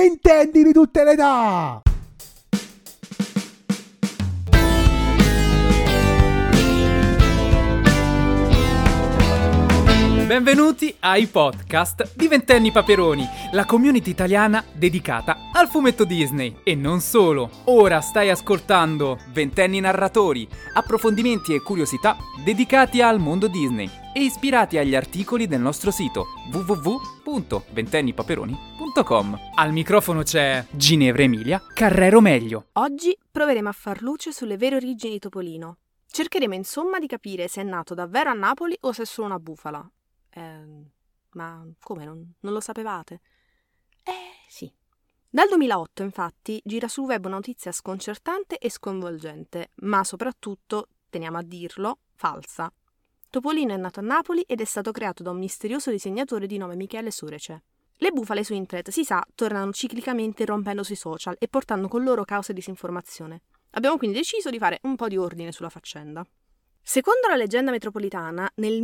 ventenni di tutte le età! Benvenuti ai podcast di Ventenni Paperoni, la community italiana dedicata al fumetto Disney. E non solo, ora stai ascoltando Ventenni Narratori, approfondimenti e curiosità dedicati al mondo Disney e ispirati agli articoli del nostro sito www.ventennipaperoni.com. Al microfono c'è Ginevra Emilia Carrero Meglio. Oggi proveremo a far luce sulle vere origini di Topolino. Cercheremo insomma di capire se è nato davvero a Napoli o se è solo una bufala. Ma come, non lo sapevate? Sì. Dal 2008, infatti, gira sul web una notizia sconcertante e sconvolgente, ma soprattutto, teniamo a dirlo, falsa. Topolino è nato a Napoli ed è stato creato da un misterioso disegnatore di nome Michele Surece. Le bufale su internet, si sa, tornano ciclicamente rompendo sui social e portando con loro cause e disinformazione. Abbiamo quindi deciso di fare un po' di ordine sulla faccenda. Secondo la leggenda metropolitana, nel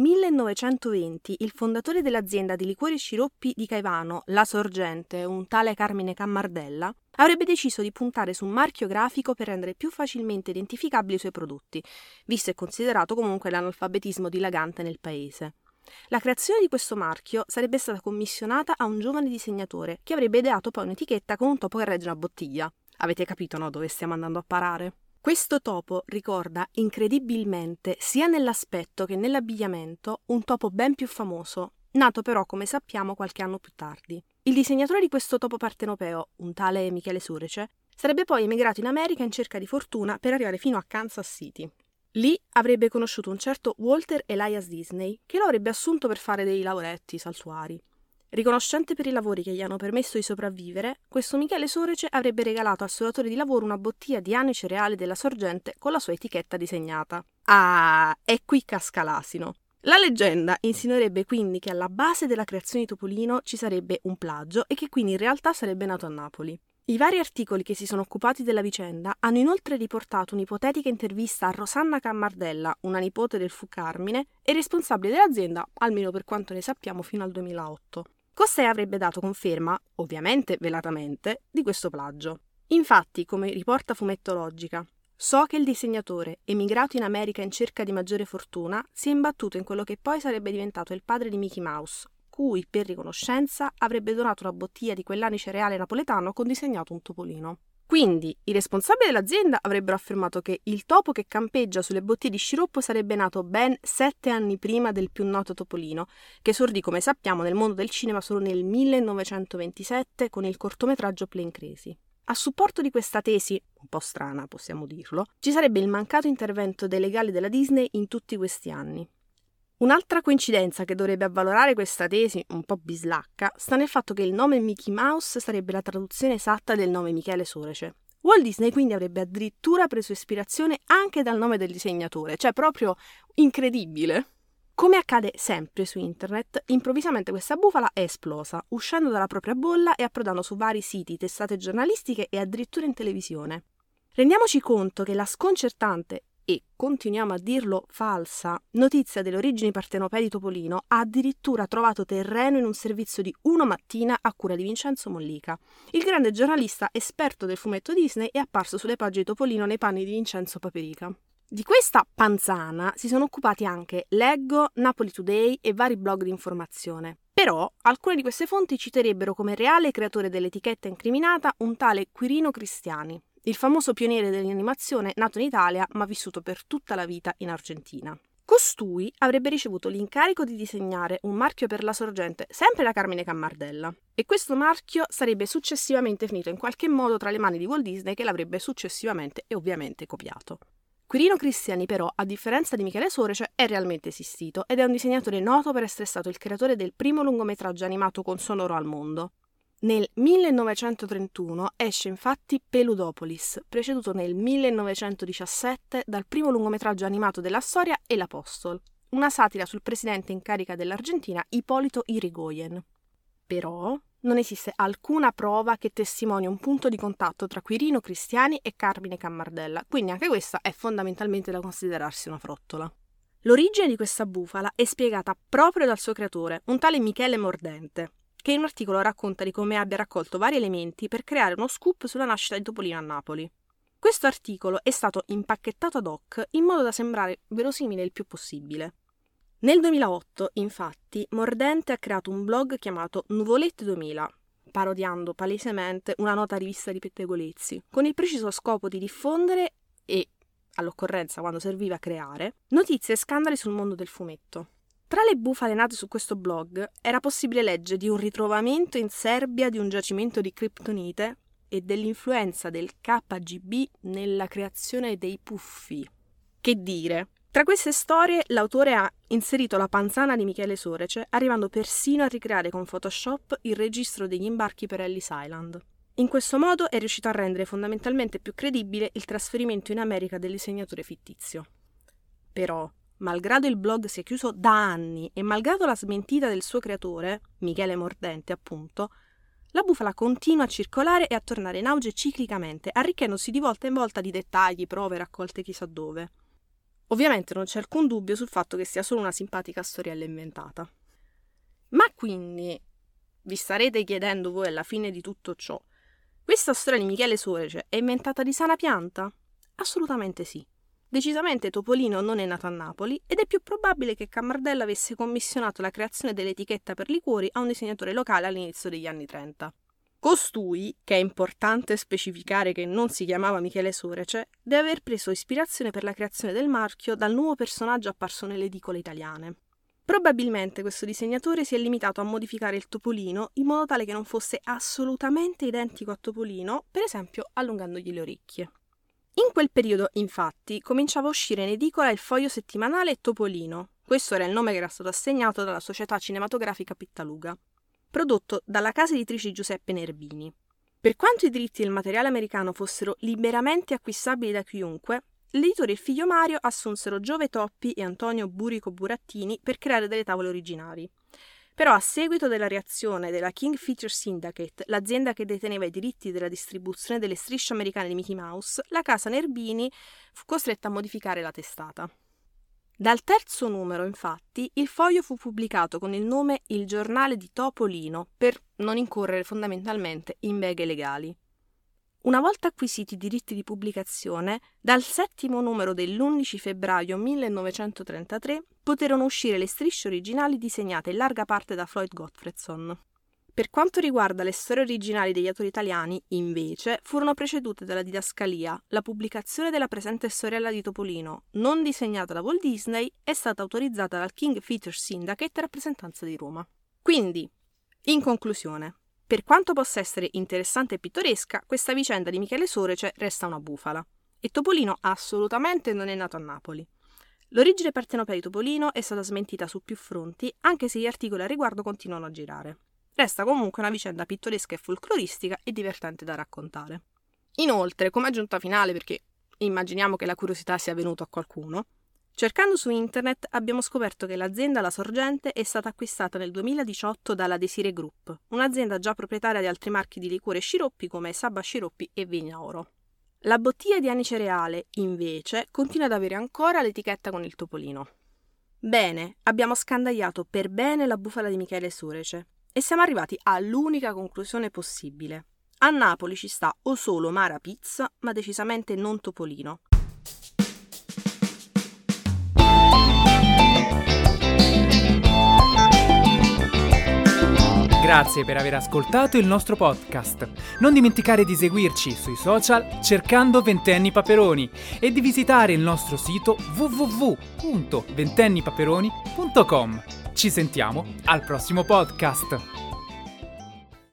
1920 il fondatore dell'azienda di liquori e sciroppi di Caivano, La Sorgente, un tale Carmine Cammardella, avrebbe deciso di puntare su un marchio grafico per rendere più facilmente identificabili i suoi prodotti, visto e considerato comunque l'analfabetismo dilagante nel paese. La creazione di questo marchio sarebbe stata commissionata a un giovane disegnatore che avrebbe ideato poi un'etichetta con un topo che regge una bottiglia. Avete capito, no, dove stiamo andando a parare? Questo topo ricorda incredibilmente, sia nell'aspetto che nell'abbigliamento, un topo ben più famoso, nato però, come sappiamo, qualche anno più tardi. Il disegnatore di questo topo partenopeo, un tale Michele Surece, sarebbe poi emigrato in America in cerca di fortuna per arrivare fino a Kansas City. Lì avrebbe conosciuto un certo Walter Elias Disney, che lo avrebbe assunto per fare dei lavoretti saltuari. Riconoscente per i lavori che gli hanno permesso di sopravvivere, questo Michele Surece avrebbe regalato al suo datore di lavoro una bottiglia di anice reale della Sorgente con la sua etichetta disegnata. Ah, e qui casca l'asino. La leggenda insinuerebbe quindi che alla base della creazione di Topolino ci sarebbe un plagio e che quindi in realtà sarebbe nato a Napoli. I vari articoli che si sono occupati della vicenda hanno inoltre riportato un'ipotetica intervista a Rosanna Cammardella, una nipote del fu Carmine e responsabile dell'azienda, almeno per quanto ne sappiamo fino al 2008. Costei avrebbe dato conferma, ovviamente velatamente, di questo plagio. Infatti, come riporta Fumettologica, so che il disegnatore, emigrato in America in cerca di maggiore fortuna, si è imbattuto in quello che poi sarebbe diventato il padre di Mickey Mouse, cui, per riconoscenza, avrebbe donato una bottiglia di quell'anice reale napoletano con disegnato un topolino. Quindi, i responsabili dell'azienda avrebbero affermato che il topo che campeggia sulle bottiglie di sciroppo sarebbe nato ben 7 anni prima del più noto Topolino, che esordì, come sappiamo, nel mondo del cinema solo nel 1927 con il cortometraggio Plain Crazy. A supporto di questa tesi, un po' strana possiamo dirlo, ci sarebbe il mancato intervento dei legali della Disney in tutti questi anni. Un'altra coincidenza che dovrebbe avvalorare questa tesi, un po' bislacca, sta nel fatto che il nome Mickey Mouse sarebbe la traduzione esatta del nome Michele Surece. Walt Disney quindi avrebbe addirittura preso ispirazione anche dal nome del disegnatore, cioè proprio incredibile. Come accade sempre su internet, improvvisamente questa bufala è esplosa, uscendo dalla propria bolla e approdando su vari siti, testate giornalistiche e addirittura in televisione. Rendiamoci conto che la sconcertante e, continuiamo a dirlo, falsa notizia delle origini partenopee di Topolino ha addirittura trovato terreno in un servizio di Uno Mattina a cura di Vincenzo Mollica. Il grande giornalista esperto del fumetto Disney è apparso sulle pagine di Topolino nei panni di Vincenzo Paperica. Di questa panzana si sono occupati anche Leggo, Napoli Today e vari blog di informazione. Però alcune di queste fonti citerebbero come reale creatore dell'etichetta incriminata un tale Quirino Cristiani, il famoso pioniere dell'animazione nato in Italia ma vissuto per tutta la vita in Argentina. Costui avrebbe ricevuto l'incarico di disegnare un marchio per la Sorgente, sempre da Carmine Cammardella, e questo marchio sarebbe successivamente finito in qualche modo tra le mani di Walt Disney, che l'avrebbe successivamente e ovviamente copiato. Quirino Cristiani però, a differenza di Michele Surece, è realmente esistito ed è un disegnatore noto per essere stato il creatore del primo lungometraggio animato con sonoro al mondo. Nel 1931 esce infatti Peludopolis, preceduto nel 1917 dal primo lungometraggio animato della storia E l'Apostol, una satira sul presidente in carica dell'Argentina Hipólito Yrigoyen. Però non esiste alcuna prova che testimoni un punto di contatto tra Quirino Cristiani e Carmine Cammardella, quindi anche questa è fondamentalmente da considerarsi una frottola. L'origine di questa bufala è spiegata proprio dal suo creatore, un tale Michele Mordente. che in un articolo racconta di come abbia raccolto vari elementi per creare uno scoop sulla nascita di Topolino a Napoli. Questo articolo è stato impacchettato ad hoc in modo da sembrare verosimile il più possibile. Nel 2008, infatti, Mordente ha creato un blog chiamato Nuvolette 2000, parodiando palesemente una nota rivista di pettegolezzi, con il preciso scopo di diffondere e, all'occorrenza quando serviva creare, notizie e scandali sul mondo del fumetto. Tra le bufale nate su questo blog era possibile leggere di un ritrovamento in Serbia di un giacimento di kryptonite e dell'influenza del KGB nella creazione dei puffi. Che dire? Tra queste storie l'autore ha inserito la panzana di Michele Sorece, arrivando persino a ricreare con Photoshop il registro degli imbarchi per Ellis Island. In questo modo è riuscito a rendere fondamentalmente più credibile il trasferimento in America del disegnatore fittizio. Però, malgrado il blog sia chiuso da anni e malgrado la smentita del suo creatore, Michele Mordente appunto, la bufala continua a circolare e a tornare in auge ciclicamente, arricchendosi di volta in volta di dettagli, prove raccolte chissà dove. Ovviamente non c'è alcun dubbio sul fatto che sia solo una simpatica storiella inventata. Ma quindi, vi starete chiedendo voi alla fine di tutto ciò, questa storia di Michele Sorece è inventata di sana pianta? Assolutamente sì. Decisamente Topolino non è nato a Napoli ed è più probabile che Cammardella avesse commissionato la creazione dell'etichetta per liquori a un disegnatore locale all'inizio degli anni 30. Costui, che è importante specificare che non si chiamava Michele Sorece, deve aver preso ispirazione per la creazione del marchio dal nuovo personaggio apparso nelle edicole italiane. Probabilmente questo disegnatore si è limitato a modificare il Topolino in modo tale che non fosse assolutamente identico a Topolino, per esempio allungandogli le orecchie. In quel periodo, infatti, cominciava a uscire in edicola il foglio settimanale Topolino. Questo era il nome che era stato assegnato dalla società cinematografica Pittaluga, prodotto dalla casa editrice Giuseppe Nerbini. Per quanto i diritti del materiale americano fossero liberamente acquistabili da chiunque, l'editore e il figlio Mario assunsero Giove Toppi e Antonio Burico Burattini per creare delle tavole originali. Però a seguito della reazione della King Feature Syndicate, l'azienda che deteneva i diritti della distribuzione delle strisce americane di Mickey Mouse, la casa Nerbini fu costretta a modificare la testata. Dal terzo numero, infatti, il foglio fu pubblicato con il nome Il giornale di Topolino, per non incorrere fondamentalmente in beghe legali. Una volta acquisiti i diritti di pubblicazione, dal settimo numero dell'11 febbraio 1933 poterono uscire le strisce originali disegnate in larga parte da Floyd Gottfredson. Per quanto riguarda le storie originali degli autori italiani, invece, furono precedute dalla didascalia. La pubblicazione della presente storiella di Topolino, non disegnata da Walt Disney, è stata autorizzata dal King Feature Syndicate rappresentanza di Roma. Quindi, in conclusione, per quanto possa essere interessante e pittoresca, questa vicenda di Michele Sorece resta una bufala. E Topolino assolutamente non è nato a Napoli. L'origine partenopea di Topolino è stata smentita su più fronti, anche se gli articoli a riguardo continuano a girare. Resta comunque una vicenda pittoresca e folcloristica e divertente da raccontare. Inoltre, come aggiunta finale, perché immaginiamo che la curiosità sia venuta a qualcuno, cercando su internet abbiamo scoperto che l'azienda La Sorgente è stata acquistata nel 2018 dalla Desire Group, un'azienda già proprietaria di altri marchi di liquore e sciroppi come Sabba Sciroppi e Vigna Oro. La bottiglia di anice reale, invece, continua ad avere ancora l'etichetta con il topolino. Bene, abbiamo scandagliato per bene la bufala di Michele Sorece e siamo arrivati all'unica conclusione possibile. A Napoli ci sta o solo Mara Pizza, ma decisamente non Topolino. Grazie per aver ascoltato il nostro podcast. Non dimenticare di seguirci sui social cercando Ventenni Paperoni e di visitare il nostro sito www.ventennipaperoni.com. Ci sentiamo al prossimo podcast.